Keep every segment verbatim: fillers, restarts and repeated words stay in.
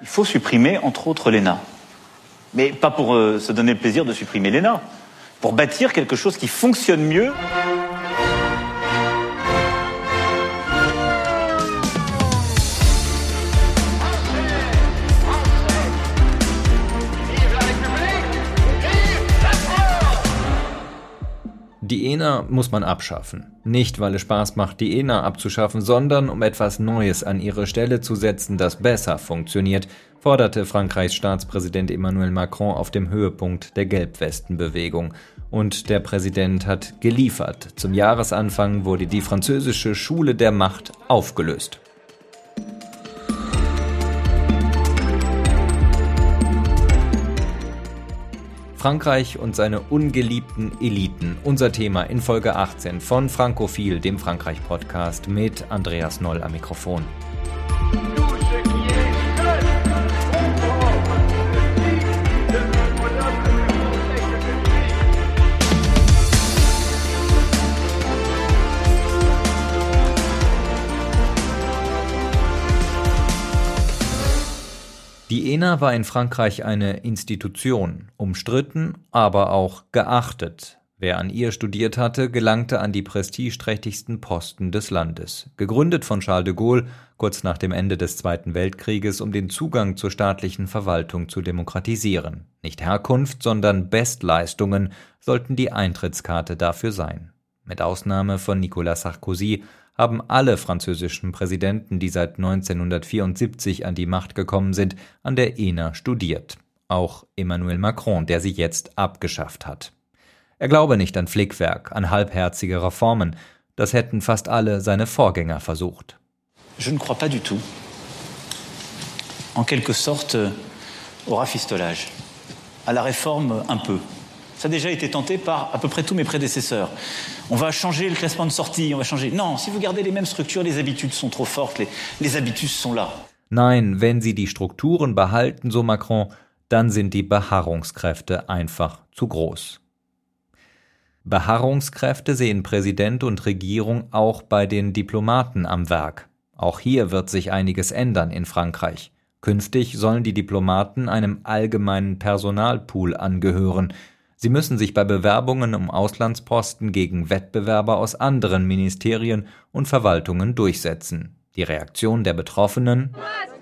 Il faut supprimer, entre autres, l'E N A. Mais pas pour euh, se donner le plaisir de supprimer l'E N A, pour bâtir quelque chose qui fonctionne mieux. Die E N A muss man abschaffen. Nicht, weil es Spaß macht, die E N A abzuschaffen, sondern um etwas Neues an ihre Stelle zu setzen, das besser funktioniert, forderte Frankreichs Staatspräsident Emmanuel Macron auf dem Höhepunkt der Gelbwestenbewegung. Und der Präsident hat geliefert. Zum Jahresanfang wurde die französische Schule der Macht aufgelöst. Frankreich und seine ungeliebten Eliten. Unser Thema in Folge achtzehn von Frankophil, dem Frankreich-Podcast mit Andreas Noll am Mikrofon. Die E N A war in Frankreich eine Institution, umstritten, aber auch geachtet. Wer an ihr studiert hatte, gelangte an die prestigeträchtigsten Posten des Landes. Gegründet von Charles de Gaulle kurz nach dem Ende des Zweiten Weltkrieges, um den Zugang zur staatlichen Verwaltung zu demokratisieren. Nicht Herkunft, sondern Bestleistungen sollten die Eintrittskarte dafür sein. Mit Ausnahme von Nicolas Sarkozy haben alle französischen Präsidenten, die seit neunzehnhundertvierundsiebzig an die Macht gekommen sind, an der E N A studiert. Auch Emmanuel Macron, der sie jetzt abgeschafft hat. Er glaube nicht an Flickwerk, an halbherzige Reformen. Das hätten fast alle seine Vorgänger versucht. Je ne crois pas du tout. En quelque sorte, au rafistolage. À la réforme, un peu. Ça a déjà été tenté par à peu près tous mes prédécesseurs. On va changer le classement de sortie, on va changer. Non, si vous gardez les mêmes structures, les habitudes sont trop fortes, les, les habitus sont là. Nein, wenn Sie die Strukturen behalten, so Macron, dann sind die Beharrungskräfte einfach zu groß. Beharrungskräfte sehen Präsident und Regierung auch bei den Diplomaten am Werk. Auch hier wird sich einiges ändern in Frankreich. Künftig sollen die Diplomaten einem allgemeinen Personalpool angehören. Sie müssen sich bei Bewerbungen um Auslandsposten gegen Wettbewerber aus anderen Ministerien und Verwaltungen durchsetzen. Die Reaktion der Betroffenen?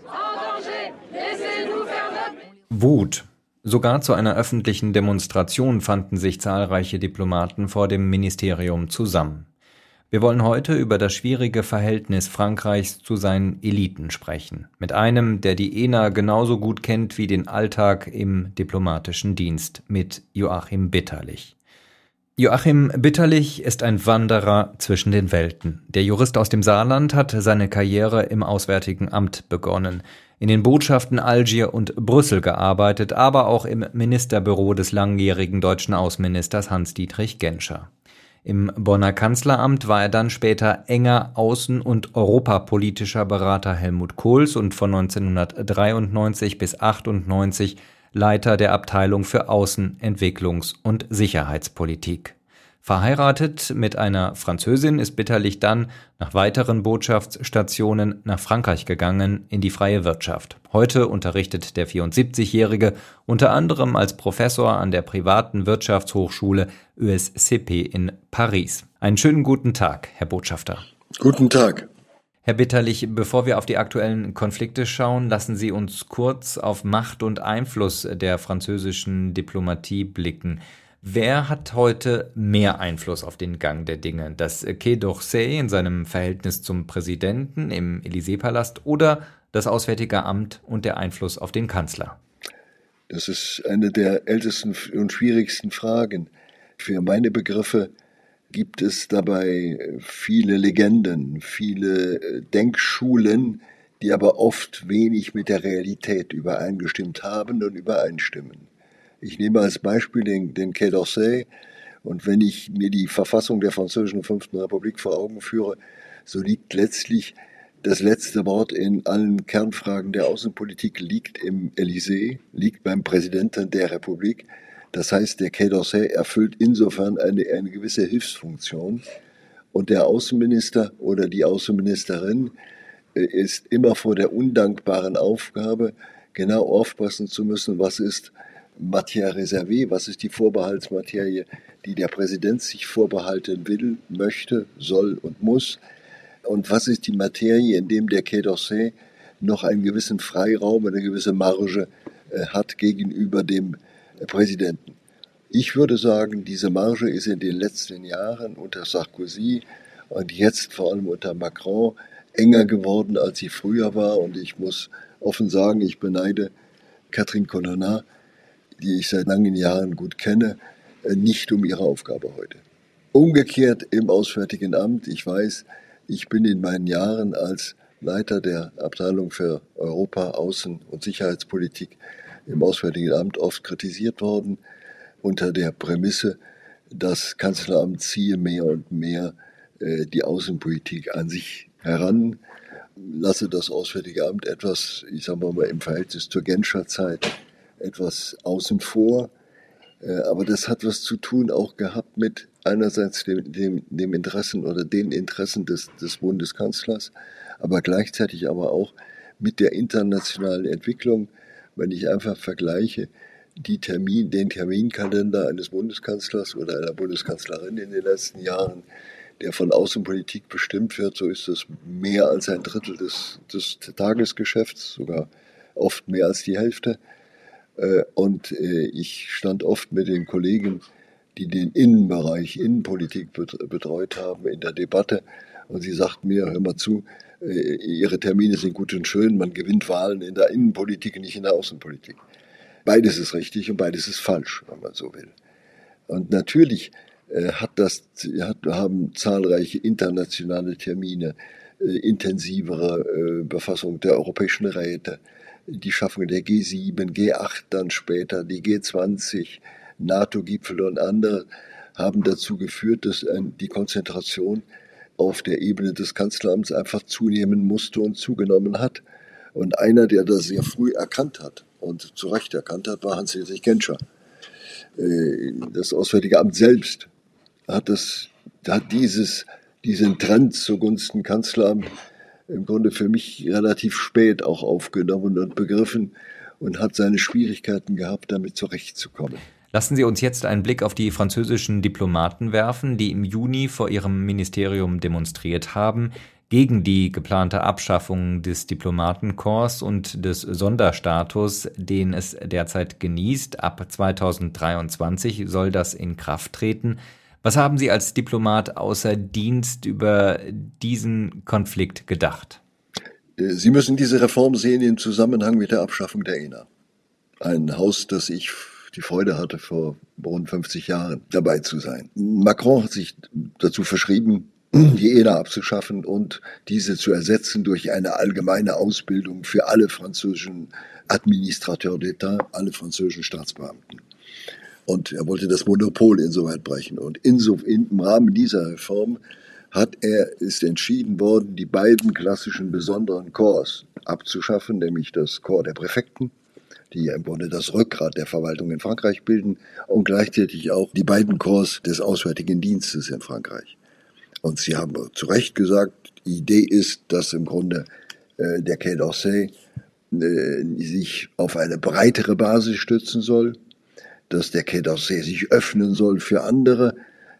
Wut. Sogar zu einer öffentlichen Demonstration fanden sich zahlreiche Diplomaten vor dem Ministerium zusammen. Wir wollen heute über das schwierige Verhältnis Frankreichs zu seinen Eliten sprechen. Mit einem, der die E N A genauso gut kennt wie den Alltag im diplomatischen Dienst, mit Joachim Bitterlich. Joachim Bitterlich ist ein Wanderer zwischen den Welten. Der Jurist aus dem Saarland hat seine Karriere im Auswärtigen Amt begonnen, in den Botschaften Algier und Brüssel gearbeitet, aber auch im Ministerbüro des langjährigen deutschen Außenministers Hans-Dietrich Genscher. Im Bonner Kanzleramt war er dann später enger außen- und europapolitischer Berater Helmut Kohls und von neunzehnhundertdreiundneunzig bis achtundneunzig Leiter der Abteilung für Außen-, Entwicklungs- und Sicherheitspolitik. Verheiratet mit einer Französin ist Bitterlich dann nach weiteren Botschaftsstationen nach Frankreich gegangen in die freie Wirtschaft. Heute unterrichtet der vierundsiebzigjährige unter anderem als Professor an der privaten Wirtschaftshochschule E S C P in Paris. Einen schönen guten Tag, Herr Botschafter. Guten Tag. Herr Bitterlich, bevor wir auf die aktuellen Konflikte schauen, lassen Sie uns kurz auf Macht und Einfluss der französischen Diplomatie blicken. Wer hat heute mehr Einfluss auf den Gang der Dinge? Das Quai d'Orsay in seinem Verhältnis zum Präsidenten im Élysée-Palast oder das Auswärtige Amt und der Einfluss auf den Kanzler? Das ist eine der ältesten und schwierigsten Fragen. Für meine Begriffe gibt es dabei viele Legenden, viele Denkschulen, die aber oft wenig mit der Realität übereingestimmt haben und übereinstimmen. Ich nehme als Beispiel den, den Quai d'Orsay, und wenn ich mir die Verfassung der französischen Fünften Republik vor Augen führe, so liegt letztlich das letzte Wort in allen Kernfragen der Außenpolitik liegt im Élysée, liegt beim Präsidenten der Republik. Das heißt, der Quai d'Orsay erfüllt insofern eine, eine gewisse Hilfsfunktion. Und der Außenminister oder die Außenministerin ist immer vor der undankbaren Aufgabe, genau aufpassen zu müssen, was ist Matière réservée, was ist die Vorbehaltsmaterie, die der Präsident sich vorbehalten will, möchte, soll und muss. Und was ist die Materie, in dem der Quai d'Orsay noch einen gewissen Freiraum, eine gewisse Marge äh, hat gegenüber dem äh, Präsidenten. Ich würde sagen, diese Marge ist in den letzten Jahren unter Sarkozy und jetzt vor allem unter Macron enger geworden, als sie früher war. Und ich muss offen sagen, ich beneide Catherine Colonna, die ich seit langen Jahren gut kenne, nicht um ihre Aufgabe heute. Umgekehrt im Auswärtigen Amt, ich weiß, ich bin in meinen Jahren als Leiter der Abteilung für Europa-, Außen- und Sicherheitspolitik im Auswärtigen Amt oft kritisiert worden, unter der Prämisse, das Kanzleramt ziehe mehr und mehr äh, die Außenpolitik an sich heran, lasse das Auswärtige Amt etwas, ich sage mal im Verhältnis zur Genscher Zeit, etwas außen vor. Äh, aber das hat was zu tun auch gehabt mit einerseits dem, dem, dem Interessen oder den Interessen des, des Bundeskanzlers, aber gleichzeitig aber auch mit der internationalen Entwicklung, wenn ich einfach vergleiche, die Termin, den Terminkalender eines Bundeskanzlers oder einer Bundeskanzlerin in den letzten Jahren, der von Außenpolitik bestimmt wird, so ist das mehr als ein Drittel des, des Tagesgeschäfts, sogar oft mehr als die Hälfte. Und ich stand oft mit den Kollegen, die den Innenbereich, Innenpolitik betreut haben, in der Debatte. Und sie sagten mir, hör mal zu, Ihre Termine sind gut und schön, man gewinnt Wahlen in der Innenpolitik, nicht in der Außenpolitik. Beides ist richtig und beides ist falsch, wenn man so will. Und natürlich äh, hat das, hat, haben zahlreiche internationale Termine, äh, intensivere äh, Befassung der europäischen Räte, die Schaffung der G sieben, G acht dann später, die G zwanzig, NATO-Gipfel und andere haben dazu geführt, dass äh, die Konzentration auf der Ebene des Kanzleramts einfach zunehmen musste und zugenommen hat. Und einer, der das sehr früh erkannt hat und zu Recht erkannt hat, war Hans-Dietrich Genscher. Das Auswärtige Amt selbst hat, das, hat dieses, diesen Trend zugunsten Kanzleramt im Grunde für mich relativ spät auch aufgenommen und begriffen und hat seine Schwierigkeiten gehabt, damit zurechtzukommen. Lassen Sie uns jetzt einen Blick auf die französischen Diplomaten werfen, die im Juni vor ihrem Ministerium demonstriert haben, gegen die geplante Abschaffung des Diplomatenkorps und des Sonderstatus, den es derzeit genießt. Ab zweitausenddreiundzwanzig soll das in Kraft treten. Was haben Sie als Diplomat außer Dienst über diesen Konflikt gedacht? Sie müssen diese Reform sehen im Zusammenhang mit der Abschaffung der E N A. Ein Haus, das ich die Freude hatte, vor rund fünfzig Jahren dabei zu sein. Macron hat sich dazu verschrieben, die E N A abzuschaffen und diese zu ersetzen durch eine allgemeine Ausbildung für alle französischen Administrateurs d'État, alle französischen Staatsbeamten. Und er wollte das Monopol insoweit brechen. Und inso, im Rahmen dieser Reform hat er, ist entschieden worden, die beiden klassischen besonderen Corps abzuschaffen, nämlich das Corps der Präfekten, die ja im Grunde das Rückgrat der Verwaltung in Frankreich bilden, und gleichzeitig auch die beiden Corps des Auswärtigen Dienstes in Frankreich. Und Sie haben zu Recht gesagt, die Idee ist, dass im Grunde äh, der Quai d'Orsay äh, sich auf eine breitere Basis stützen soll, dass der Quai d'Orsay sich öffnen soll für andere.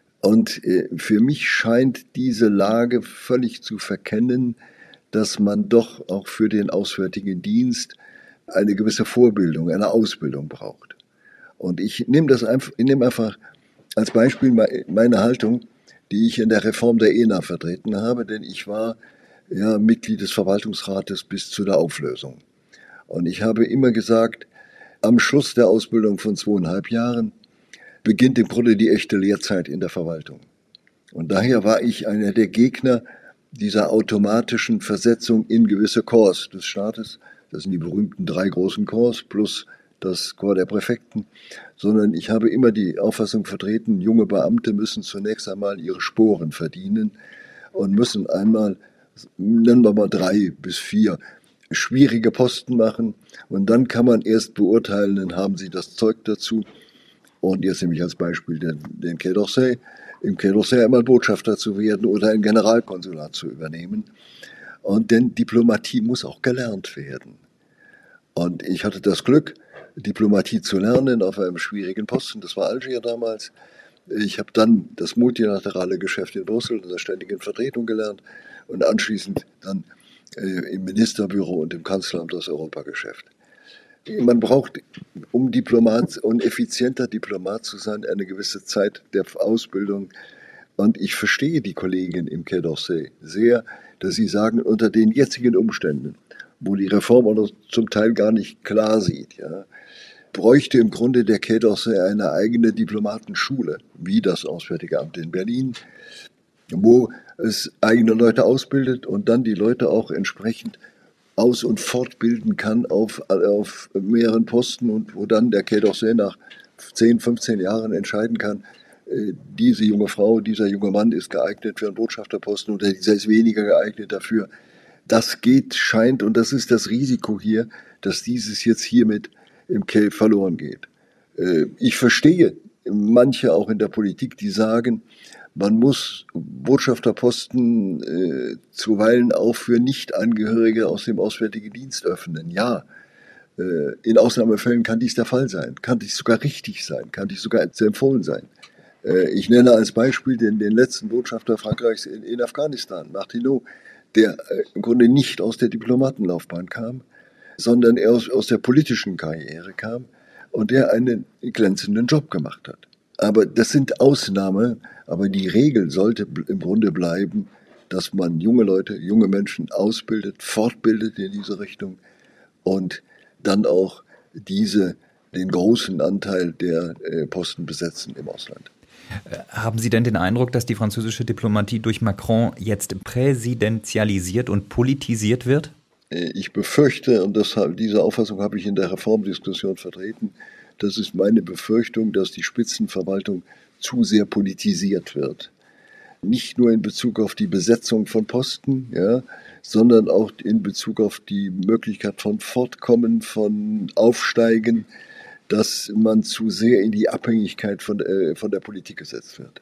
Und äh, für mich scheint diese Lage völlig zu verkennen, dass man doch auch für den Auswärtigen Dienst eine gewisse Vorbildung, eine Ausbildung braucht. Und ich nehme das einfach, ich nehme einfach als Beispiel meine Haltung, die ich in der Reform der E N A vertreten habe, denn ich war ja Mitglied des Verwaltungsrates bis zu der Auflösung. Und ich habe immer gesagt, am Schluss der Ausbildung von zweieinhalb Jahren beginnt im Grunde die echte Lehrzeit in der Verwaltung. Und daher war ich einer der Gegner dieser automatischen Versetzung in gewisse Corps des Staates. Das sind die berühmten drei großen Corps plus das Corps der Präfekten, sondern ich habe immer die Auffassung vertreten, junge Beamte müssen zunächst einmal ihre Sporen verdienen und müssen einmal, nennen wir mal drei bis vier, schwierige Posten machen und dann kann man erst beurteilen, dann haben sie das Zeug dazu. Und jetzt nehme ich als Beispiel den, den Quai d'Orsay, im Quai d'Orsay einmal Botschafter zu werden oder ein Generalkonsulat zu übernehmen. Und denn Diplomatie muss auch gelernt werden. Und ich hatte das Glück, Diplomatie zu lernen auf einem schwierigen Posten. Das war Algier damals. Ich habe dann das multilaterale Geschäft in Brüssel in der ständigen Vertretung gelernt und anschließend dann äh, im Ministerbüro und im Kanzleramt das Europageschäft. Man braucht, um Diplomat und effizienter Diplomat zu sein, eine gewisse Zeit der Ausbildung. Und ich verstehe die Kollegen im Quai d'Orsay sehr, dass sie sagen, unter den jetzigen Umständen, wo die Reform auch noch zum Teil gar nicht klar sieht, ja, bräuchte im Grunde der Quai d'Orsay eine eigene Diplomatenschule, wie das Auswärtige Amt in Berlin, wo es eigene Leute ausbildet und dann die Leute auch entsprechend aus- und fortbilden kann auf, auf mehreren Posten und wo dann der Quai d'Orsay nach zehn, fünfzehn Jahren entscheiden kann, diese junge Frau, dieser junge Mann ist geeignet für einen Botschafterposten oder dieser ist weniger geeignet dafür. Das geht, scheint, und das ist das Risiko hier, dass dieses jetzt hiermit im Quai verloren geht. Ich verstehe manche auch in der Politik, die sagen, man muss Botschafterposten äh, zuweilen auch für Nichtangehörige aus dem Auswärtigen Dienst öffnen. Ja, äh, in Ausnahmefällen kann dies der Fall sein, kann dies sogar richtig sein, kann dies sogar empfohlen sein. Äh, ich nenne als Beispiel den, den letzten Botschafter Frankreichs in, in Afghanistan, Martineau, der äh, im Grunde nicht aus der Diplomatenlaufbahn kam, sondern er aus, aus der politischen Karriere kam und der einen glänzenden Job gemacht hat. Aber das sind Ausnahmen, aber die Regel sollte im Grunde bleiben, dass man junge Leute, junge Menschen ausbildet, fortbildet in diese Richtung und dann auch diese, den großen Anteil der Posten besetzen im Ausland. Haben Sie denn den Eindruck, dass die französische Diplomatie durch Macron jetzt präsidentialisiert und politisiert wird? Ich befürchte, und das, diese Auffassung habe ich in der Reformdiskussion vertreten, das ist meine Befürchtung, dass die Spitzenverwaltung zu sehr politisiert wird. Nicht nur in Bezug auf die Besetzung von Posten, ja, sondern auch in Bezug auf die Möglichkeit von Fortkommen, von Aufsteigen, dass man zu sehr in die Abhängigkeit von, äh, von der Politik gesetzt wird.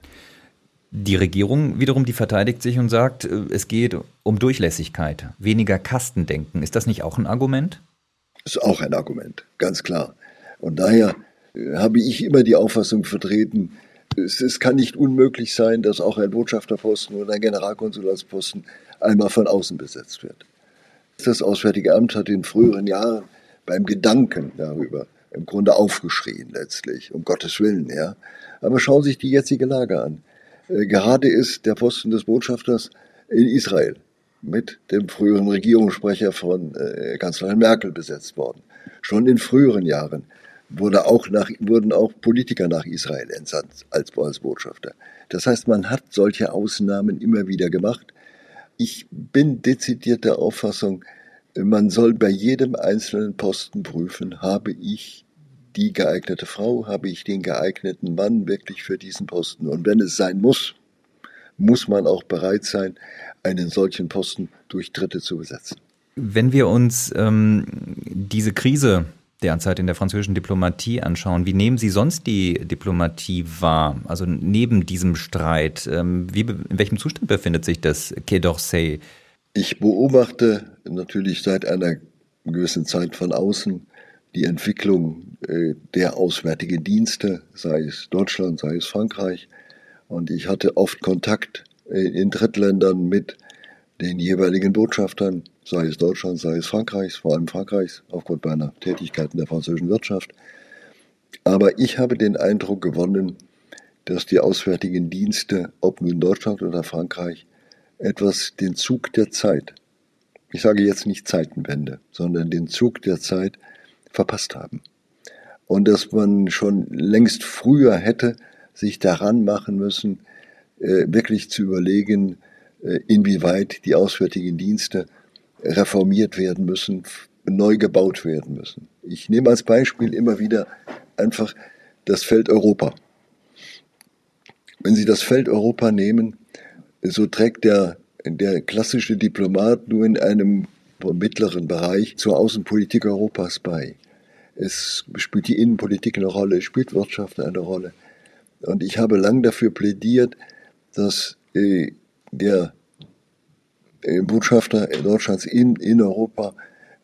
Die Regierung wiederum, die verteidigt sich und sagt, es geht um Durchlässigkeit, weniger Kastendenken. Ist das nicht auch ein Argument? Das ist auch ein Argument, ganz klar. Und daher habe ich immer die Auffassung vertreten, es, es kann nicht unmöglich sein, dass auch ein Botschafterposten oder ein Generalkonsulatsposten einmal von außen besetzt wird. Das Auswärtige Amt hat in früheren Jahren beim Gedanken darüber im Grunde aufgeschrien letztlich, um Gottes Willen. Ja. Aber schauen Sie sich die jetzige Lage an. Gerade ist der Posten des Botschafters in Israel mit dem früheren Regierungssprecher von äh, Kanzlerin Merkel besetzt worden. Schon in früheren Jahren wurde auch nach, wurden auch Politiker nach Israel entsandt als, als Botschafter. Das heißt, man hat solche Ausnahmen immer wieder gemacht. Ich bin dezidiert der Auffassung, man soll bei jedem einzelnen Posten prüfen, habe ich die geeignete Frau, habe ich den geeigneten Mann wirklich für diesen Posten. Und wenn es sein muss, muss man auch bereit sein, einen solchen Posten durch Dritte zu besetzen. Wenn wir uns ähm, diese Krise derzeit in der französischen Diplomatie anschauen, wie nehmen Sie sonst die Diplomatie wahr? Also neben diesem Streit, ähm, wie, in welchem Zustand befindet sich das Quai d'Orsay? Ich beobachte natürlich seit einer gewissen Zeit von außen die Entwicklung äh, der auswärtigen Dienste, sei es Deutschland, sei es Frankreich. Und ich hatte oft Kontakt äh, in Drittländern mit den jeweiligen Botschaftern, sei es Deutschland, sei es Frankreichs, vor allem Frankreichs, aufgrund meiner Tätigkeit in der französischen Wirtschaft. Aber ich habe den Eindruck gewonnen, dass die auswärtigen Dienste, ob nun Deutschland oder Frankreich, etwas den Zug der Zeit, ich sage jetzt nicht Zeitenwende, sondern den Zug der Zeit verpasst haben. Und dass man schon längst früher hätte sich daran machen müssen, äh, wirklich zu überlegen, äh, inwieweit die auswärtigen Dienste reformiert werden müssen, neu gebaut werden müssen. Ich nehme als Beispiel immer wieder einfach das Feld Europa. Wenn Sie das Feld Europa nehmen, so trägt der, der klassische Diplomat nur in einem mittleren Bereich zur Außenpolitik Europas bei. Es spielt die Innenpolitik eine Rolle, es spielt Wirtschaft eine Rolle. Und ich habe lang dafür plädiert, dass äh, der äh, Botschafter Deutschlands in, in Europa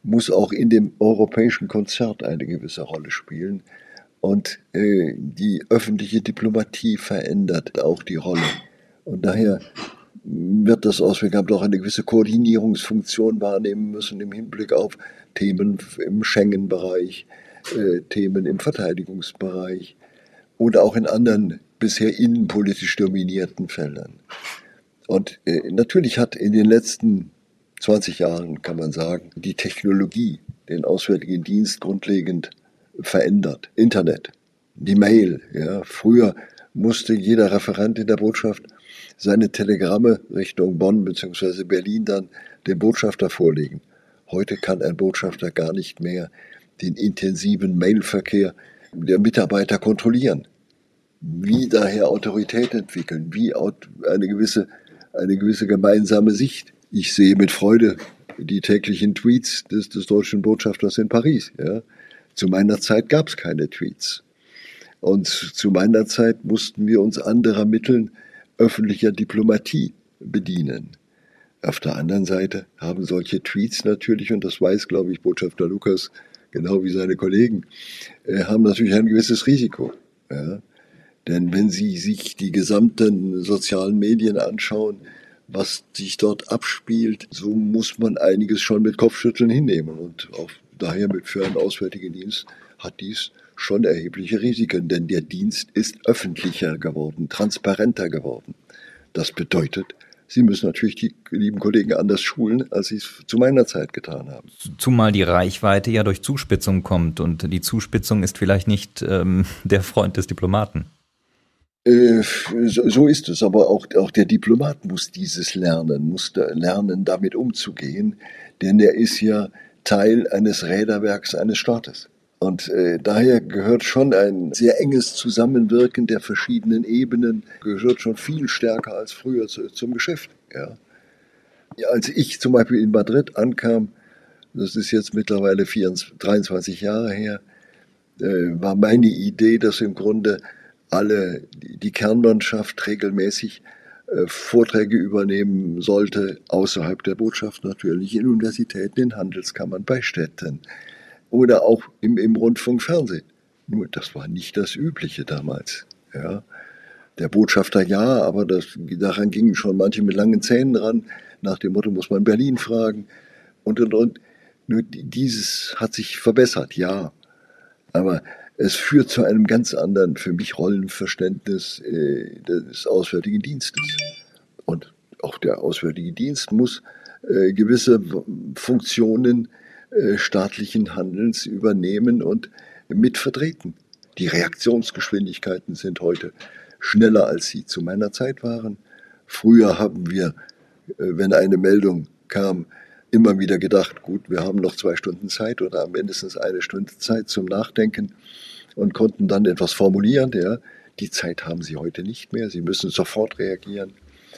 muss auch in dem europäischen Konzert eine gewisse Rolle spielen. Und äh, die öffentliche Diplomatie verändert auch die Rolle. Und daher wird das Auswärtige auch eine gewisse Koordinierungsfunktion wahrnehmen müssen im Hinblick auf Themen im Schengen-Bereich, äh, Themen im Verteidigungsbereich oder auch in anderen bisher innenpolitisch dominierten Feldern. Und äh, natürlich hat in den letzten zwanzig Jahren, kann man sagen, die Technologie den Auswärtigen Dienst grundlegend verändert. Internet, die Mail. Ja. Früher musste jeder Referent in der Botschaft seine Telegramme Richtung Bonn bzw. Berlin dann dem Botschafter vorlegen. Heute kann ein Botschafter gar nicht mehr den intensiven Mailverkehr der Mitarbeiter kontrollieren. Wie daher Autorität entwickeln, wie eine gewisse, eine gewisse gemeinsame Sicht. Ich sehe mit Freude die täglichen Tweets des, des deutschen Botschafters in Paris. Ja. Zu meiner Zeit gab es keine Tweets. Und zu meiner Zeit mussten wir uns anderer Mitteln öffentlicher Diplomatie bedienen. Auf der anderen Seite haben solche Tweets natürlich, und das weiß, glaube ich, Botschafter Lukas, genau wie seine Kollegen, äh, haben natürlich ein gewisses Risiko. Ja. Denn wenn Sie sich die gesamten sozialen Medien anschauen, was sich dort abspielt, so muss man einiges schon mit Kopfschütteln hinnehmen. Und auch daher mit für einen Auswärtigen Dienst hat dies schon erhebliche Risiken, denn der Dienst ist öffentlicher geworden, transparenter geworden. Das bedeutet, Sie müssen natürlich die lieben Kollegen anders schulen, als Sie es zu meiner Zeit getan haben. Zumal die Reichweite ja durch Zuspitzung kommt und die Zuspitzung ist vielleicht nicht ähm, der Freund des Diplomaten. Äh, so, so ist es, aber auch, auch der Diplomat muss dieses lernen, muss da lernen, damit umzugehen, denn er ist ja Teil eines Räderwerks eines Staates. Und äh, daher gehört schon ein sehr enges Zusammenwirken der verschiedenen Ebenen, gehört schon viel stärker als früher zu, zum Geschäft. Ja. Ja, als ich zum Beispiel in Madrid ankam, das ist jetzt mittlerweile vierundzwanzig, dreiundzwanzig Jahre her, äh, war meine Idee, dass im Grunde alle, die, die Kernmannschaft regelmäßig äh, Vorträge übernehmen sollte, außerhalb der Botschaft natürlich, in Universitäten, in Handelskammern, bei Städten. Oder auch im, im Rundfunk, Fernsehen. Nur das war nicht das Übliche damals. Ja. Der Botschafter ja, aber das, daran gingen schon manche mit langen Zähnen ran. Nach dem Motto muss man Berlin fragen. Und, und, und. Nur dieses hat sich verbessert, ja. Aber es führt zu einem ganz anderen, für mich, Rollenverständnis äh, des Auswärtigen Dienstes. Und auch der Auswärtige Dienst muss äh, gewisse Funktionen staatlichen Handelns übernehmen und mitvertreten. Die Reaktionsgeschwindigkeiten sind heute schneller, als sie zu meiner Zeit waren. Früher haben wir, wenn eine Meldung kam, immer wieder gedacht, gut, wir haben noch zwei Stunden Zeit oder mindestens eine Stunde Zeit zum Nachdenken und konnten dann etwas formulieren. Ja. Die Zeit haben Sie heute nicht mehr. Sie müssen sofort reagieren.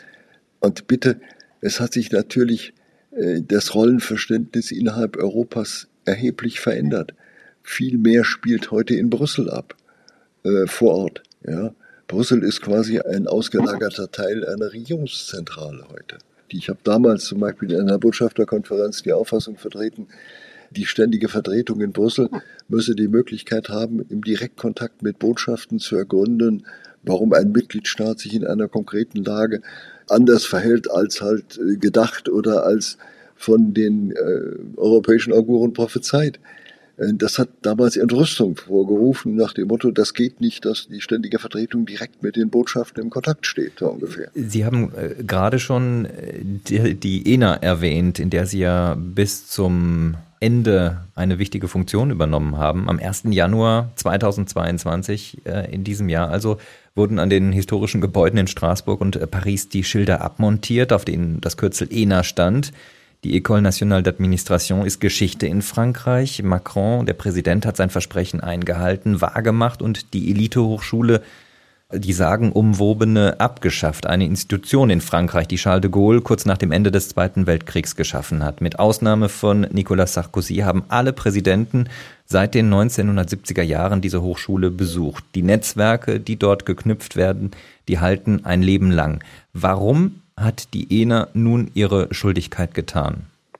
Und bitte, es hat sich natürlich das Rollenverständnis innerhalb Europas erheblich verändert. Viel mehr spielt heute in Brüssel ab, äh, vor Ort. Ja. Brüssel ist quasi ein ausgelagerter Teil einer Regierungszentrale heute. Ich habe damals zum Beispiel in einer Botschafterkonferenz die Auffassung vertreten, die ständige Vertretung in Brüssel müsse die Möglichkeit haben, im Direktkontakt mit Botschaften zu ergründen, warum ein Mitgliedstaat sich in einer konkreten Lage anders verhält als halt gedacht oder als von den äh, europäischen Auguren prophezeit. Das hat damals Entrüstung vorgerufen nach dem Motto, das geht nicht, dass die ständige Vertretung direkt mit den Botschaften im Kontakt steht, so ungefähr. Sie haben äh, gerade schon die, die E N A erwähnt, in der Sie ja bis zum Ende eine wichtige Funktion übernommen haben. Am ersten Januar zweitausendzweiundzwanzig, äh, in diesem Jahr also, wurden an den historischen Gebäuden in Straßburg und äh, Paris die Schilder abmontiert, auf denen das Kürzel E N A stand. Die École Nationale d'Administration ist Geschichte in Frankreich. Macron, der Präsident, hat sein Versprechen eingehalten, wahrgemacht und die Elitehochschule, die sagenumwobene, abgeschafft. Eine Institution in Frankreich, die Charles de Gaulle kurz nach dem Ende des Zweiten Weltkriegs geschaffen hat. Mit Ausnahme von Nicolas Sarkozy haben alle Präsidenten seit den neunzehnhundertsiebziger Jahren diese Hochschule besucht. Die Netzwerke, die dort geknüpft werden, die halten ein Leben lang. Warum hat die E N A nun ihre Schuldigkeit getan?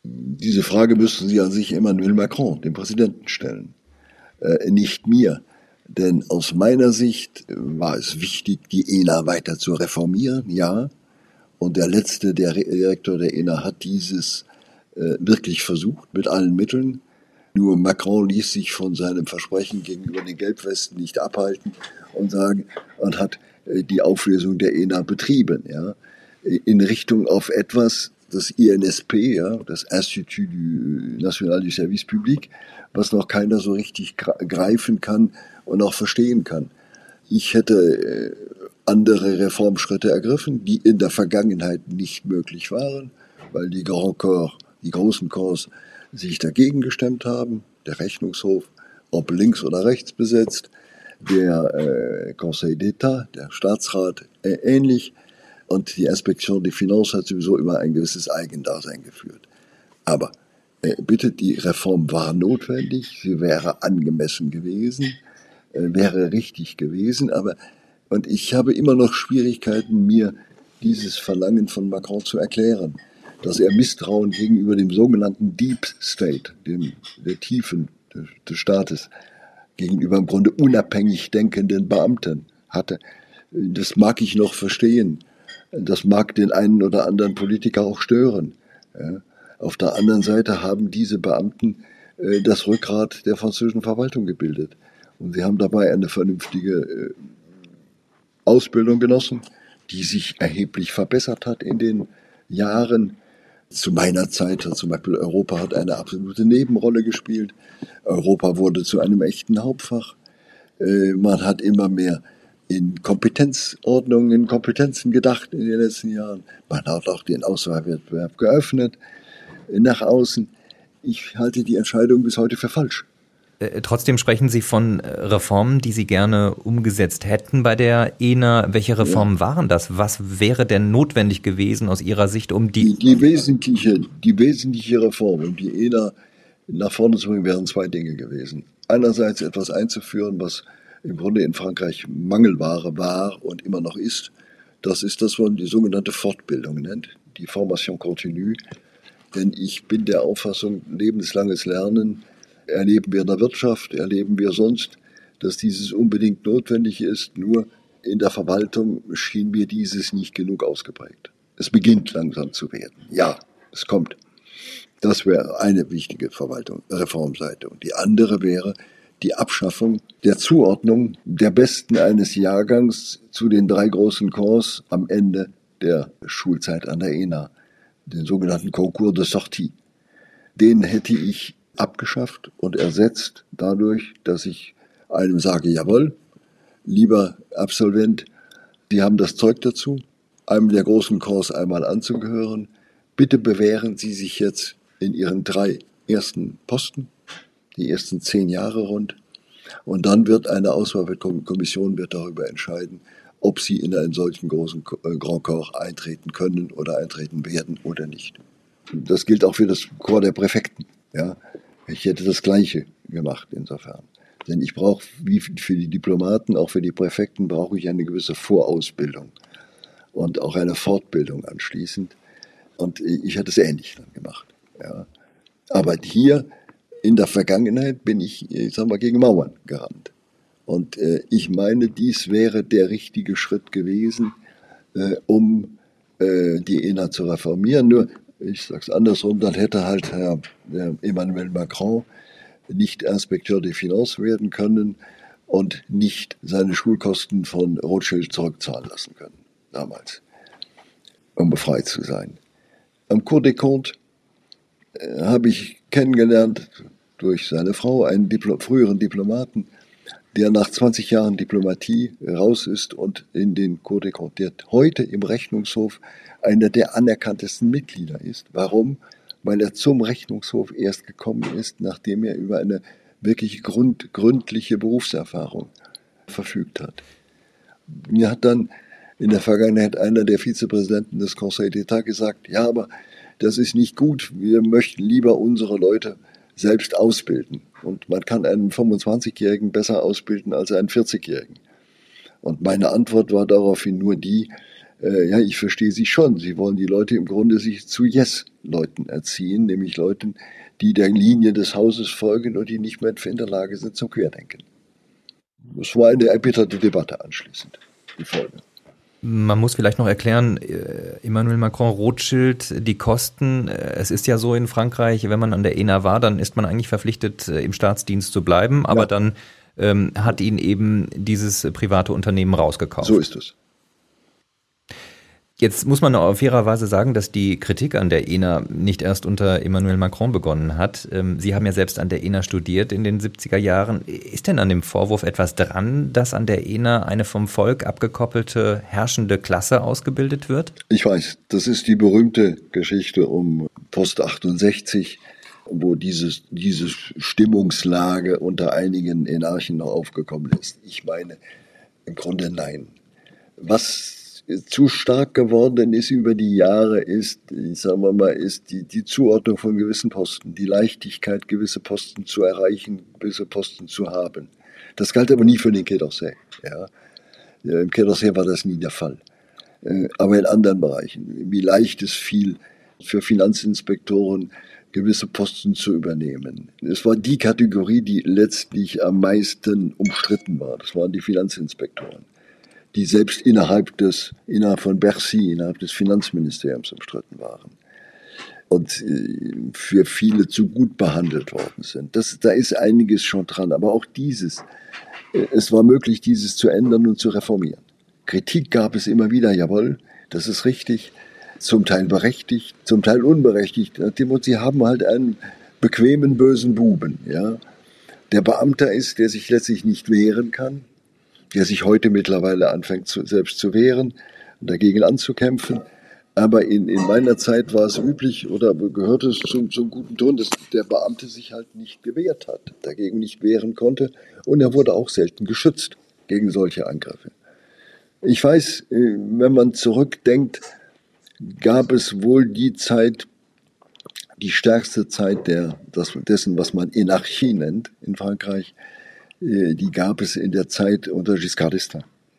Diese Frage müssten Sie an sich Emmanuel Macron, dem Präsidenten, stellen, äh, nicht mir. Denn aus meiner Sicht war es wichtig, die E N A weiter zu reformieren, ja. Und der letzte, der Direktor der E N A, hat dieses äh, wirklich versucht, mit allen Mitteln. Nur Macron ließ sich von seinem Versprechen gegenüber den Gelbwesten nicht abhalten und sagen, und hat äh, die Auflösung der E N A betrieben, ja. In Richtung auf etwas, das I N S P, ja, das Institut National du Service Public, was noch keiner so richtig greifen kann und auch verstehen kann. Ich hätte andere Reformschritte ergriffen, die in der Vergangenheit nicht möglich waren, weil die Grand Corps, die großen Corps sich dagegen gestemmt haben, der Rechnungshof, ob links oder rechts besetzt, der äh, Conseil d'État, der Staatsrat äh, ähnlich, und die Inspection des Finances hat sowieso immer ein gewisses Eigendasein geführt. Aber äh, bitte, die Reform war notwendig, sie wäre angemessen gewesen, äh, wäre richtig gewesen, aber und ich habe immer noch Schwierigkeiten, mir dieses Verlangen von Macron zu erklären, dass er Misstrauen gegenüber dem sogenannten Deep State, dem, der Tiefen des, des Staates, gegenüber im Grunde unabhängig denkenden Beamten hatte. Das mag ich noch verstehen. Das mag den einen oder anderen Politiker auch stören. Ja. Auf der anderen Seite haben diese Beamten äh, das Rückgrat der französischen Verwaltung gebildet. Und sie haben dabei eine vernünftige äh, Ausbildung genossen, die sich erheblich verbessert hat in den Jahren. Zu meiner Zeit hat zum Beispiel Europa hat eine absolute Nebenrolle gespielt. Europa wurde zu einem echten Hauptfach. Äh, man hat immer mehr in Kompetenzordnungen, in Kompetenzen gedacht in den letzten Jahren. Man hat auch den Auswahlwettbewerb geöffnet nach außen. Ich halte die Entscheidung bis heute für falsch. Äh, trotzdem sprechen Sie von Reformen, die Sie gerne umgesetzt hätten bei der E N A. Welche Reformen ja. waren das? Was wäre denn notwendig gewesen aus Ihrer Sicht, um die... Die, die, wesentliche, die wesentliche Reform, um die E N A nach vorne zu bringen, wären zwei Dinge gewesen. Einerseits etwas einzuführen, was im Grunde in Frankreich Mangelware war und immer noch ist. Das ist das, was man die sogenannte Fortbildung nennt, die Formation continue. Denn ich bin der Auffassung, lebenslanges Lernen erleben wir in der Wirtschaft, erleben wir sonst, dass dieses unbedingt notwendig ist. Nur in der Verwaltung schien mir dieses nicht genug ausgeprägt. Es beginnt langsam zu werden. Ja, es kommt. Das wäre eine wichtige Verwaltung, Reformseite. Und die andere wäre die Abschaffung der Zuordnung der Besten eines Jahrgangs zu den drei großen Corps am Ende der Schulzeit an der E N A, den sogenannten Concours de Sortie. Den hätte ich abgeschafft und ersetzt dadurch, dass ich einem sage, jawohl, lieber Absolvent, Sie haben das Zeug dazu, einem der großen Corps einmal anzugehören. Bitte bewähren Sie sich jetzt in Ihren drei ersten Posten, die ersten zehn Jahre rund. Und dann wird eine Auswahlkommission wird darüber entscheiden, ob sie in einen solchen großen Grand Corps eintreten können oder eintreten werden oder nicht. Das gilt auch für das Corps der Präfekten. Ja, ich hätte das Gleiche gemacht insofern. Denn ich brauche, wie für die Diplomaten, auch für die Präfekten, brauche ich eine gewisse Vorausbildung und auch eine Fortbildung anschließend. Und ich hätte es ähnlich dann gemacht. Ja. Aber hier in der Vergangenheit bin ich, ich sag mal, gegen Mauern gerannt. Und äh, ich meine, dies wäre der richtige Schritt gewesen, äh, um äh, die E N A zu reformieren. Nur, ich sage es andersrum, dann hätte halt Herr äh, Emmanuel Macron nicht Inspekteur des Finances werden können und nicht seine Schulkosten von Rothschild zurückzahlen lassen können, damals, um befreit zu sein. Am Cour des Comptes äh, habe ich kennengelernt durch seine Frau, einen Diplo- früheren Diplomaten, der nach zwanzig Jahren Diplomatie raus ist und in den Cour des Comptes, der heute im Rechnungshof einer der anerkanntesten Mitglieder ist. Warum? Weil er zum Rechnungshof erst gekommen ist, nachdem er über eine wirklich grund, gründliche Berufserfahrung verfügt hat. Mir hat dann in der Vergangenheit einer der Vizepräsidenten des Conseil d'État gesagt, ja, aber das ist nicht gut, wir möchten lieber unsere Leute selbst ausbilden. Und man kann einen fünfundzwanzigjährigen besser ausbilden als einen vierzigjährigen. Und meine Antwort war daraufhin nur die, Äh, ja, ich verstehe Sie schon. Sie wollen die Leute im Grunde sich zu Yes-Leuten erziehen, nämlich Leuten, die der Linie des Hauses folgen und die nicht mehr in der Lage sind zum Querdenken. Das war eine erbitterte Debatte anschließend, die Folge. Man muss vielleicht noch erklären, Emmanuel Macron, Rothschild, die Kosten. Es ist ja so in Frankreich, wenn man an der E N A war, dann ist man eigentlich verpflichtet, im Staatsdienst zu bleiben. Aber ja. dann ähm, hat ihn eben dieses private Unternehmen rausgekauft. So ist es. Jetzt muss man auf fairerweise sagen, dass die Kritik an der E N A nicht erst unter Emmanuel Macron begonnen hat. Sie haben ja selbst an der E N A studiert in den siebziger Jahren. Ist denn an dem Vorwurf etwas dran, dass an der E N A eine vom Volk abgekoppelte herrschende Klasse ausgebildet wird? Ich weiß, das ist die berühmte Geschichte um Post achtundsechzig, wo dieses, diese Stimmungslage unter einigen Enarchen noch aufgekommen ist. Ich meine, im Grunde nein. Was zu stark geworden ist über die Jahre, ist, ich sag mal, ist die, die Zuordnung von gewissen Posten, die Leichtigkeit, gewisse Posten zu erreichen, gewisse Posten zu haben. Das galt aber nie für den Quai d'Orsay. Ja. Im Quai d'Orsay war das nie der Fall. Aber in anderen Bereichen, wie leicht es fiel, für Finanzinspektoren gewisse Posten zu übernehmen. Es war die Kategorie, die letztlich am meisten umstritten war. Das waren die Finanzinspektoren, die selbst innerhalb des, innerhalb von Bercy, innerhalb des Finanzministeriums umstritten waren und für viele zu gut behandelt worden sind. Das, da ist einiges schon dran, aber auch dieses, es war möglich, dieses zu ändern und zu reformieren. Kritik gab es immer wieder, jawohl, das ist richtig, zum Teil berechtigt, zum Teil unberechtigt. Sie haben halt einen bequemen, bösen Buben, ja, der Beamter ist, der sich letztlich nicht wehren kann, der sich heute mittlerweile anfängt, zu, selbst zu wehren und dagegen anzukämpfen. Aber in, in meiner Zeit war es üblich oder gehört es zum, zum guten Ton, dass der Beamte sich halt nicht gewehrt hat, dagegen nicht wehren konnte. Und er wurde auch selten geschützt gegen solche Angriffe. Ich weiß, wenn man zurückdenkt, gab es wohl die Zeit, die stärkste Zeit der, das, dessen, was man Enarchie nennt in Frankreich, die gab es in der Zeit unter Giscard d'Estaing.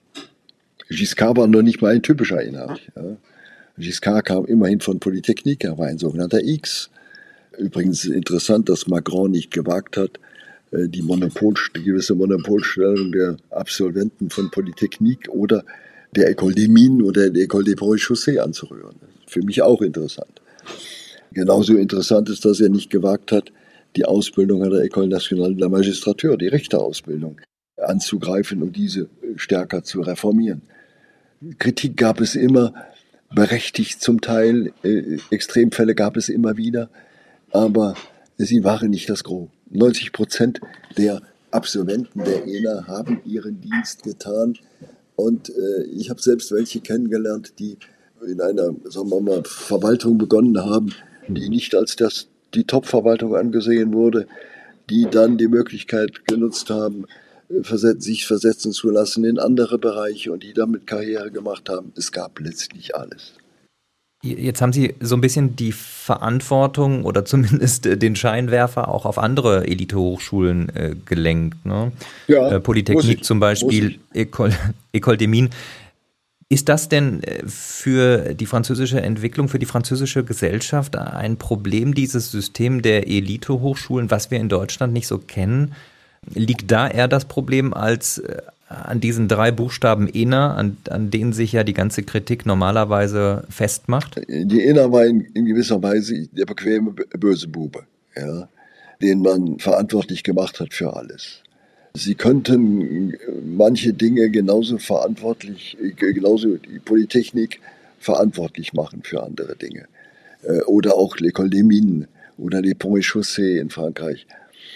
Giscard war noch nicht mal ein typischer Enarch. Ja. Giscard kam immerhin von Polytechnik, er war ein sogenannter X. Übrigens interessant, dass Macron nicht gewagt hat, die, Monopol, die gewisse Monopolstellung der Absolventen von Polytechnik oder der École des Mines oder der École des Ponts et Chaussées anzurühren. Für mich auch interessant. Genauso interessant ist, dass er nicht gewagt hat, die Ausbildung an der École Nationale de la Magistrature, die Richterausbildung, anzugreifen und diese stärker zu reformieren. Kritik gab es immer, berechtigt zum Teil, äh, Extremfälle gab es immer wieder, aber sie waren nicht das Gros. neunzig Prozent der Absolventen der E N A haben ihren Dienst getan und äh, ich habe selbst welche kennengelernt, die in einer, sagen wir mal, Verwaltung begonnen haben, die nicht als das die Top-Verwaltung angesehen wurde, die dann die Möglichkeit genutzt haben, sich versetzen zu lassen in andere Bereiche und die damit Karriere gemacht haben. Es gab letztlich alles. Jetzt haben Sie so ein bisschen die Verantwortung oder zumindest den Scheinwerfer auch auf andere Elite-Hochschulen äh, gelenkt. Ne? Ja, äh, Polytechnik zum Beispiel, École, École des Mines. Ist das denn für die französische Entwicklung, für die französische Gesellschaft ein Problem, dieses System der Elite-Hochschulen, was wir in Deutschland nicht so kennen? Liegt da eher das Problem als an diesen drei Buchstaben E N A, an, an denen sich ja die ganze Kritik normalerweise festmacht? Die E N A war in, in gewisser Weise der bequeme böse Bube, ja, den man verantwortlich gemacht hat für alles. Sie könnten manche Dinge genauso verantwortlich, genauso die Polytechnik verantwortlich machen für andere Dinge. Oder auch l'École des Mines oder les Ponts et Chaussées in Frankreich.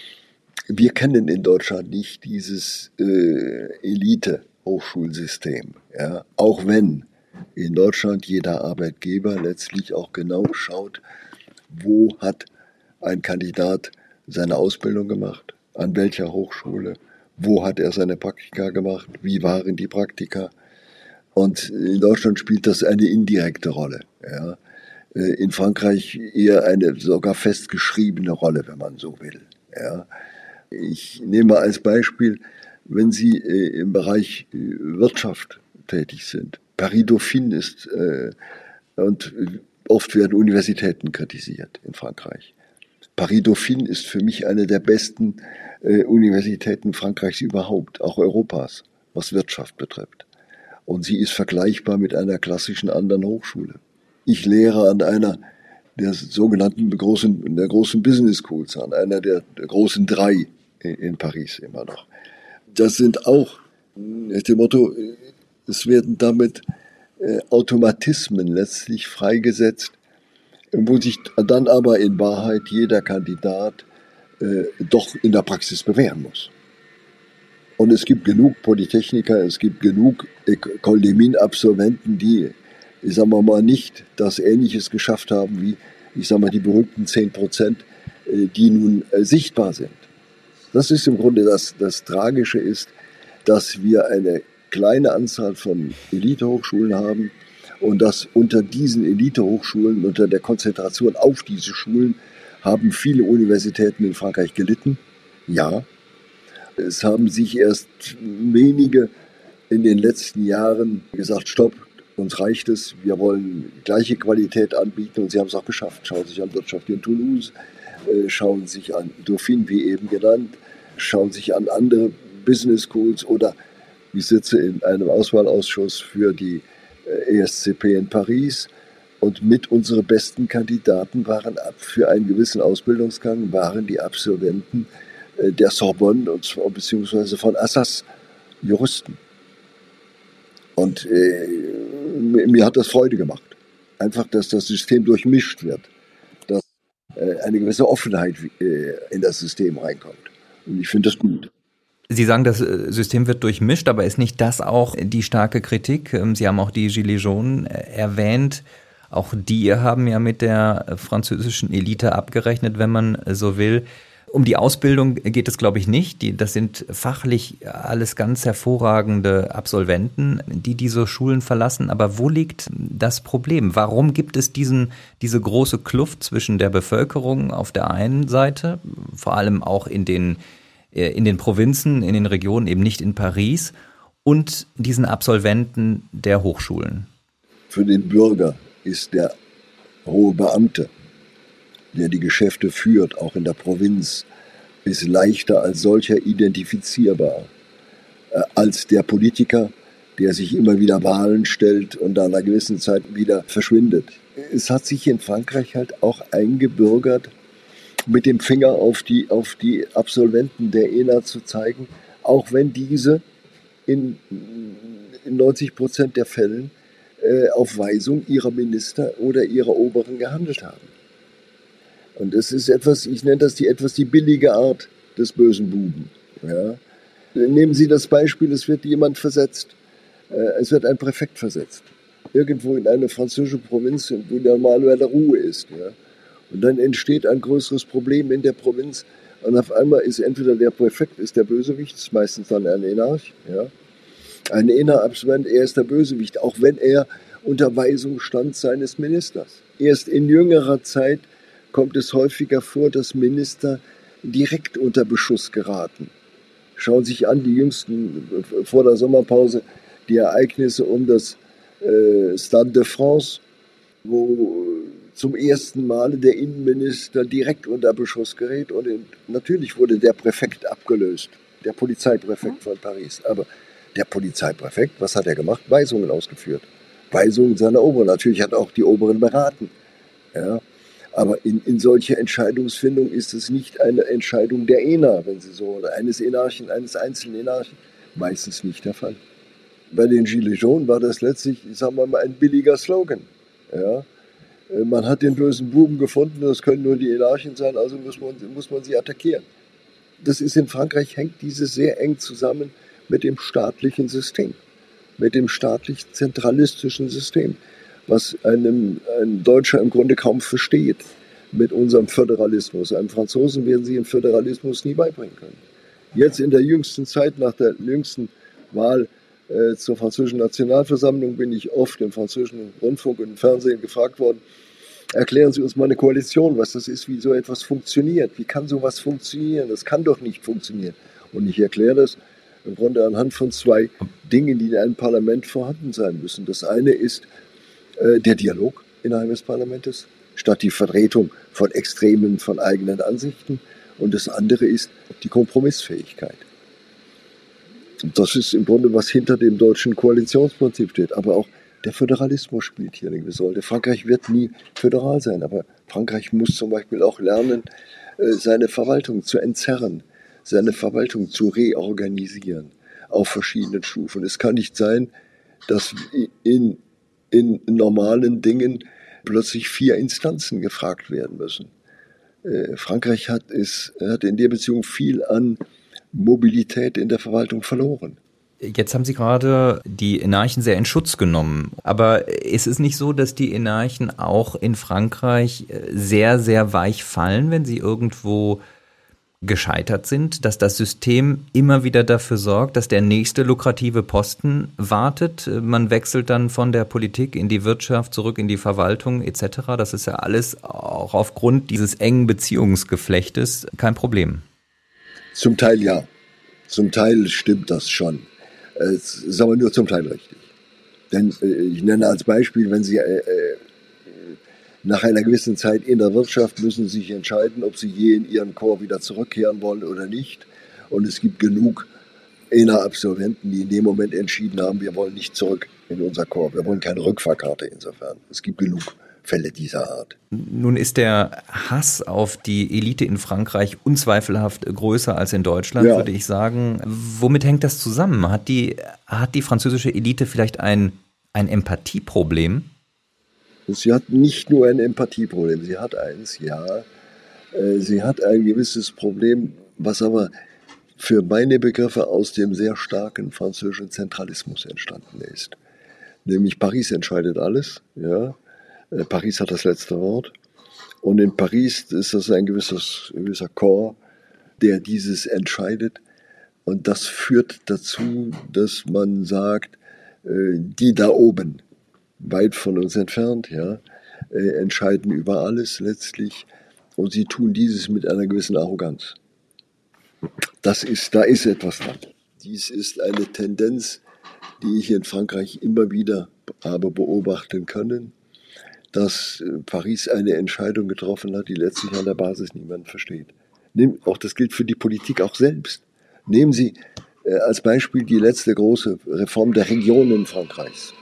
Wir kennen in Deutschland nicht dieses äh, Elite-Hochschulsystem. Ja? Auch wenn in Deutschland jeder Arbeitgeber letztlich auch genau schaut, wo hat ein Kandidat seine Ausbildung gemacht, an welcher Hochschule, wo hat er seine Praktika gemacht, wie waren die Praktika. Und in Deutschland spielt das eine indirekte Rolle. Ja. In Frankreich eher eine sogar festgeschriebene Rolle, wenn man so will. Ja. Ich nehme als Beispiel, wenn Sie im Bereich Wirtschaft tätig sind, Paris Dauphine ist, äh, und oft werden Universitäten kritisiert in Frankreich. Paris Dauphine ist für mich eine der besten äh, Universitäten Frankreichs überhaupt, auch Europas, was Wirtschaft betrifft. Und sie ist vergleichbar mit einer klassischen anderen Hochschule. Ich lehre an einer der sogenannten großen, der großen Business Schools, an einer der, der großen drei in, in Paris immer noch. Das sind auch nach dem Motto, es werden damit äh, Automatismen letztlich freigesetzt, wo sich dann aber in Wahrheit jeder Kandidat äh, doch in der Praxis bewähren muss. Und es gibt genug Polytechniker, es gibt genug École des Mines-Absolventen, die, sagen wir mal, nicht das Ähnliches geschafft haben wie, ich sag mal, die berühmten zehn Prozent, äh, die nun äh, sichtbar sind. Das ist im Grunde das, das Tragische ist, dass wir eine kleine Anzahl von Elitehochschulen haben und dass unter diesen Elitehochschulen, unter der Konzentration auf diese Schulen, haben viele Universitäten in Frankreich gelitten. Ja, es haben sich erst wenige in den letzten Jahren gesagt, stopp, uns reicht es, wir wollen gleiche Qualität anbieten und sie haben es auch geschafft. Schauen sich an Wirtschaft in Toulouse, schauen sich an Dauphine, wie eben genannt, schauen sich an andere Business Schools oder ich sitze in einem Auswahlausschuss für die E S C P in Paris und mit unseren besten Kandidaten waren ab für einen gewissen Ausbildungsgang waren die Absolventen der Sorbonne und zwar beziehungsweise von Assas Juristen. Und äh, mir hat das Freude gemacht. Einfach, dass das System durchmischt wird, dass äh, eine gewisse Offenheit äh, in das System reinkommt. Und ich finde das gut. Sie sagen, das System wird durchmischt, aber ist nicht das auch die starke Kritik? Sie haben auch die Gilets jaunes erwähnt. Auch die haben ja mit der französischen Elite abgerechnet, wenn man so will. Um die Ausbildung geht es, glaube ich, nicht. Die, das sind fachlich alles ganz hervorragende Absolventen, die diese Schulen verlassen. Aber wo liegt das Problem? Warum gibt es diesen, diese große Kluft zwischen der Bevölkerung auf der einen Seite, vor allem auch in den in den Provinzen, in den Regionen, eben nicht in Paris, und diesen Absolventen der Hochschulen? Für den Bürger ist der hohe Beamte, der die Geschäfte führt, auch in der Provinz, ist leichter als solcher identifizierbar, äh, als der Politiker, der sich immer wieder Wahlen stellt und nach einer gewissen Zeit wieder verschwindet. Es hat sich in Frankreich halt auch eingebürgert, mit dem Finger auf die, auf die Absolventen der E N A zu zeigen, auch wenn diese in, in neunzig Prozent der Fällen äh, auf Weisung ihrer Minister oder ihrer Oberen gehandelt haben. Und es ist etwas, ich nenne das die etwas die billige Art des bösen Buben. Ja? Nehmen Sie das Beispiel, es wird jemand versetzt, äh, es wird ein Präfekt versetzt, irgendwo in eine französische Provinz, wo normalerweise Ruhe ist. Ja? Und dann entsteht ein größeres Problem in der Provinz. Und auf einmal ist entweder der Präfekt ist der Bösewicht, ist meistens dann ein Enarch, ja. Ein E N A-Absolvent, er ist der Bösewicht, auch wenn er unter Weisung stand seines Ministers. Erst in jüngerer Zeit kommt es häufiger vor, dass Minister direkt unter Beschuss geraten. Schauen Sie sich an, die jüngsten, vor der Sommerpause, die Ereignisse um das äh, Stade de France, wo zum ersten Mal der Innenminister direkt unter Beschuss gerät und natürlich wurde der Präfekt abgelöst, der Polizeipräfekt von Paris. Aber der Polizeipräfekt, was hat er gemacht? Weisungen ausgeführt. Weisungen seiner Oberen. Natürlich hat auch die Oberen beraten. Ja. Aber in, in solcher Entscheidungsfindung ist es nicht eine Entscheidung der E N A, wenn Sie so, oder eines Enarchen, eines einzelnen Enarchen. Meistens nicht der Fall. Bei den Gilets jaunes war das letztlich, sagen wir mal, ein billiger Slogan. Ja. Man hat den bösen Buben gefunden, das können nur die Enarchen sein, also muss man, muss man sie attackieren. Das ist in Frankreich, hängt dieses sehr eng zusammen mit dem staatlichen System, mit dem staatlich-zentralistischen System, was einem, ein Deutscher im Grunde kaum versteht, mit unserem Föderalismus. Einem Franzosen werden sie den Föderalismus nie beibringen können. Jetzt in der jüngsten Zeit, nach der jüngsten Wahl äh, zur französischen Nationalversammlung, bin ich oft im französischen Rundfunk und im Fernsehen gefragt worden, erklären Sie uns mal eine Koalition, was das ist, wie so etwas funktioniert. Wie kann sowas funktionieren? Das kann doch nicht funktionieren. Und ich erkläre das, Im Grunde anhand von zwei Dingen, die in einem Parlament vorhanden sein müssen. Das eine ist äh, der Dialog innerhalb des Parlaments, statt die Vertretung von Extremen, von eigenen Ansichten. Und das andere ist die Kompromissfähigkeit. Und das ist im Grunde, was hinter dem deutschen Koalitionsprinzip steht. Aber auch der Föderalismus spielt hier eine gewisse Rolle. Frankreich wird nie föderal sein, aber Frankreich muss zum Beispiel auch lernen, seine Verwaltung zu entzerren, seine Verwaltung zu reorganisieren auf verschiedenen Stufen. Es kann nicht sein, dass in, in normalen Dingen plötzlich vier Instanzen gefragt werden müssen. Äh, Frankreich hat, ist, hat in der Beziehung viel an Mobilität in der Verwaltung verloren. Jetzt haben Sie gerade die Enarchen sehr in Schutz genommen. Aber ist es nicht so, dass die Enarchen auch in Frankreich sehr, sehr weich fallen, wenn sie irgendwo gescheitert sind, dass das System immer wieder dafür sorgt, dass der nächste lukrative Posten wartet? Man wechselt dann von der Politik in die Wirtschaft, zurück in die Verwaltung et cetera. Das ist ja alles auch aufgrund dieses engen Beziehungsgeflechtes kein Problem. Zum Teil ja. Zum Teil stimmt das schon. Es ist aber nur zum Teil richtig. Denn äh, ich nenne als Beispiel, wenn Sie äh, äh, nach einer gewissen Zeit in der Wirtschaft müssen Sie sich entscheiden, ob Sie je in Ihren Korps wieder zurückkehren wollen oder nicht. Und es gibt genug E N A-Absolventen, die in dem Moment entschieden haben, wir wollen nicht zurück in unser Korps. Wir wollen keine Rückfahrkarte insofern. Es gibt genug Fälle dieser Art. Nun ist der Hass auf die Elite in Frankreich unzweifelhaft größer als in Deutschland, ja, würde ich sagen. Womit hängt das zusammen? Hat die, hat die französische Elite vielleicht ein, ein Empathieproblem? Sie hat nicht nur ein Empathieproblem, sie hat eins, ja. Sie hat ein gewisses Problem, was aber für meine Begriffe aus dem sehr starken französischen Zentralismus entstanden ist. Nämlich Paris entscheidet alles, ja. Paris hat das letzte Wort. Und in Paris ist das ein gewisses, gewisser Chor, der dieses entscheidet. Und das führt dazu, dass man sagt, die da oben, weit von uns entfernt, ja, entscheiden über alles letztlich. Und sie tun dieses mit einer gewissen Arroganz. Das ist, da ist etwas dran. Dies ist eine Tendenz, die ich in Frankreich immer wieder habe beobachten können, dass Paris eine Entscheidung getroffen hat, die letztlich an der Basis niemand versteht. Auch das gilt für die Politik auch selbst. Nehmen Sie äh, als Beispiel die letzte große Reform der Regionen Frankreichs.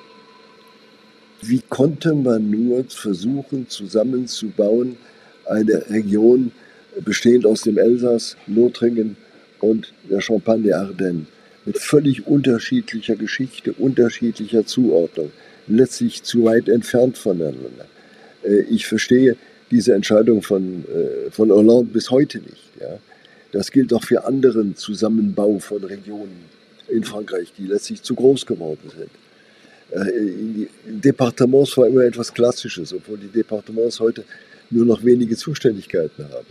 Wie konnte man nur versuchen, zusammenzubauen, eine Region bestehend aus dem Elsass, Lothringen und der Champagne-Ardennes, mit völlig unterschiedlicher Geschichte, unterschiedlicher Zuordnung, letztlich zu weit entfernt voneinander. Ich verstehe diese Entscheidung von, von Hollande bis heute nicht. Ja. Das gilt auch für anderen Zusammenbau von Regionen in Frankreich, die letztlich zu groß geworden sind. Die Departements war immer etwas Klassisches, obwohl die Departements heute nur noch wenige Zuständigkeiten haben.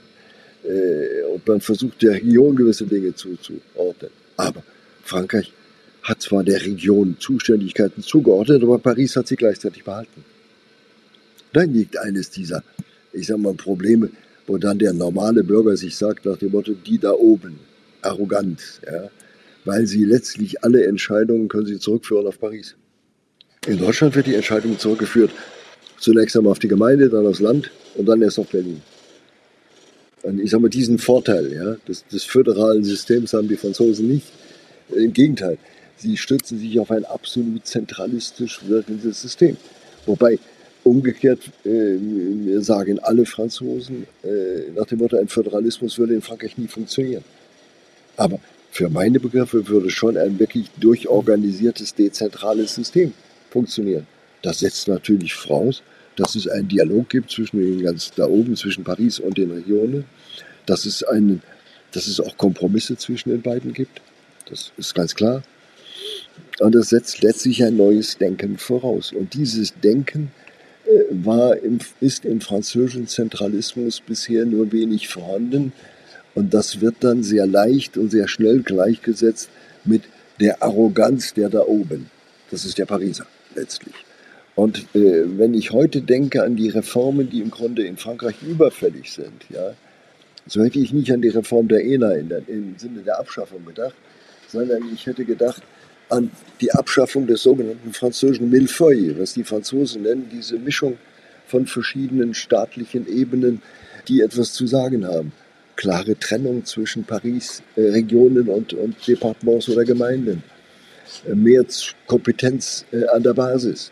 Und man versucht der Region gewisse Dinge zuzuordnen. Aber Frankreich hat zwar der Region Zuständigkeiten zugeordnet, aber Paris hat sie gleichzeitig behalten. Dann liegt eines dieser, ich sag mal, Probleme, wo dann der normale Bürger sich sagt nach dem Motto, die da oben, arrogant, ja, weil sie letztlich alle Entscheidungen können sie zurückführen auf Paris. In Deutschland wird die Entscheidung zurückgeführt, zunächst einmal auf die Gemeinde, dann aufs Land und dann erst auf Berlin. Und ich sag mal, diesen Vorteil, ja, des, des föderalen Systems haben die Franzosen nicht. Im Gegenteil. Sie stützen sich auf ein absolut zentralistisch wirkendes System. Wobei umgekehrt äh, sagen alle Franzosen äh, nach dem Motto, ein Föderalismus würde in Frankreich nie funktionieren. Aber für meine Begriffe würde schon ein wirklich durchorganisiertes, dezentrales System funktionieren. Das setzt natürlich voraus, dass es einen Dialog gibt zwischen den ganz da oben, zwischen Paris und den Regionen, dass es, einen, dass es auch Kompromisse zwischen den beiden gibt. Das ist ganz klar. Und das setzt letztlich ein neues Denken voraus. Und dieses Denken äh, war im, ist im französischen Zentralismus bisher nur wenig vorhanden. Und das wird dann sehr leicht und sehr schnell gleichgesetzt mit der Arroganz der da oben. Das ist der Pariser letztlich. Und äh, wenn ich heute denke an die Reformen, die im Grunde in Frankreich überfällig sind, ja, so hätte ich nicht an die Reform der E N A in der, im Sinne der Abschaffung gedacht, sondern ich hätte gedacht an die Abschaffung des sogenannten französischen Millefeuille, was die Franzosen nennen, diese Mischung von verschiedenen staatlichen Ebenen, die etwas zu sagen haben. Klare Trennung zwischen Paris, äh, Regionen und, und Departements oder Gemeinden. Äh, mehr Kompetenz äh, an der Basis.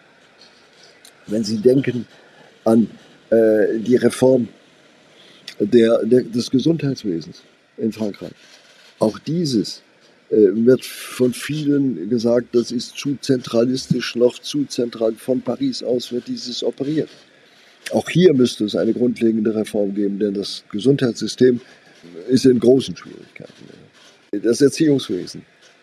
Wenn Sie denken an äh, die Reform der, der, des Gesundheitswesens in Frankreich, auch dieses äh, wird von vielen gesagt, das ist zu zentralistisch, noch zu zentral. Von Paris aus wird dieses operiert. Auch hier müsste es eine grundlegende Reform geben, denn das Gesundheitssystem ist in großen Schwierigkeiten. Das Erziehungswesen.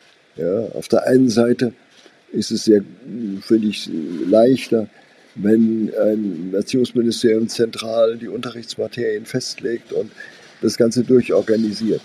Ja, auf der einen Seite ist es sehr, finde ich, leichter, wenn ein Erziehungsministerium zentral die Unterrichtsmaterien festlegt und das Ganze durchorganisiert.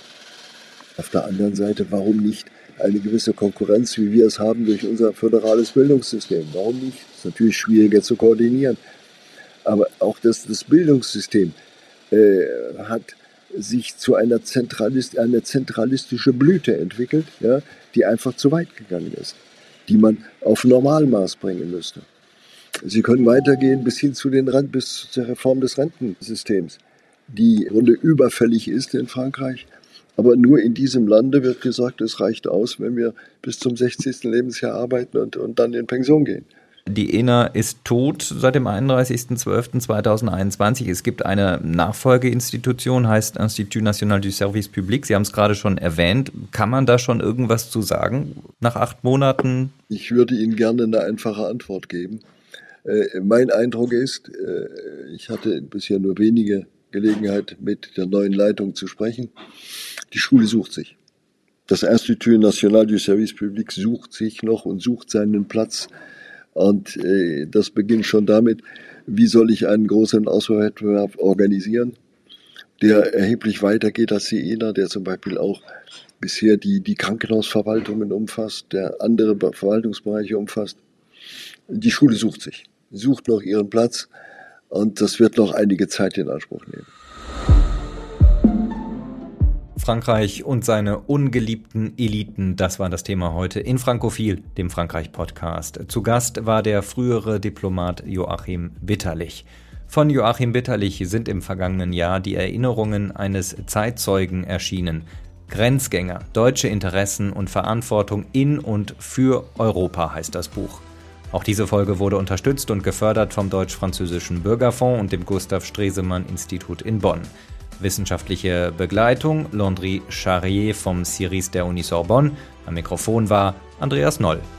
Auf der anderen Seite, warum nicht eine gewisse Konkurrenz, wie wir es haben durch unser föderales Bildungssystem? Warum nicht? Das ist natürlich schwieriger zu koordinieren. Aber auch das, das Bildungssystem äh, hat sich zu einer, Zentralist, einer zentralistische Blüte entwickelt, ja, die einfach zu weit gegangen ist, die man auf Normalmaß bringen müsste. Sie können weitergehen bis hin zu den Rent, bis zur Reform des Rentensystems, die im Grunde überfällig ist in Frankreich. Aber nur in diesem Lande wird gesagt, es reicht aus, wenn wir bis zum sechzigsten Lebensjahr arbeiten und, und dann in Pension gehen. Die E N A ist tot seit dem einunddreißigsten zwölften zweitausendeinundzwanzig. Es gibt eine Nachfolgeinstitution, heißt Institut National du Service Public. Sie haben es gerade schon erwähnt. Kann man da schon irgendwas zu sagen nach acht Monaten? Ich würde Ihnen gerne eine einfache Antwort geben. Äh, mein Eindruck ist, äh, ich hatte bisher nur wenige Gelegenheit, mit der neuen Leitung zu sprechen. Die Schule sucht sich. Das Institut National du Service Public sucht sich noch und sucht seinen Platz. Und äh, das beginnt schon damit, wie soll ich einen großen Auswahlwettbewerb organisieren, der erheblich weiter geht als die E N A, der zum Beispiel auch bisher die, die Krankenhausverwaltungen umfasst, der andere Verwaltungsbereiche umfasst. Die Schule sucht sich, sucht noch ihren Platz und das wird noch einige Zeit in Anspruch nehmen. Frankreich und seine ungeliebten Eliten, das war das Thema heute in Frankophil, dem Frankreich-Podcast. Zu Gast war der frühere Diplomat Joachim Bitterlich. Von Joachim Bitterlich sind im vergangenen Jahr die Erinnerungen eines Zeitzeugen erschienen. Grenzgänger, deutsche Interessen und Verantwortung in und für Europa heißt das Buch. Auch diese Folge wurde unterstützt und gefördert vom Deutsch-Französischen Bürgerfonds und dem Gustav Stresemann-Institut in Bonn. Wissenschaftliche Begleitung Landry Charrier vom C I R I S der Uni Sorbonne. Am Mikrofon war Andreas Noll.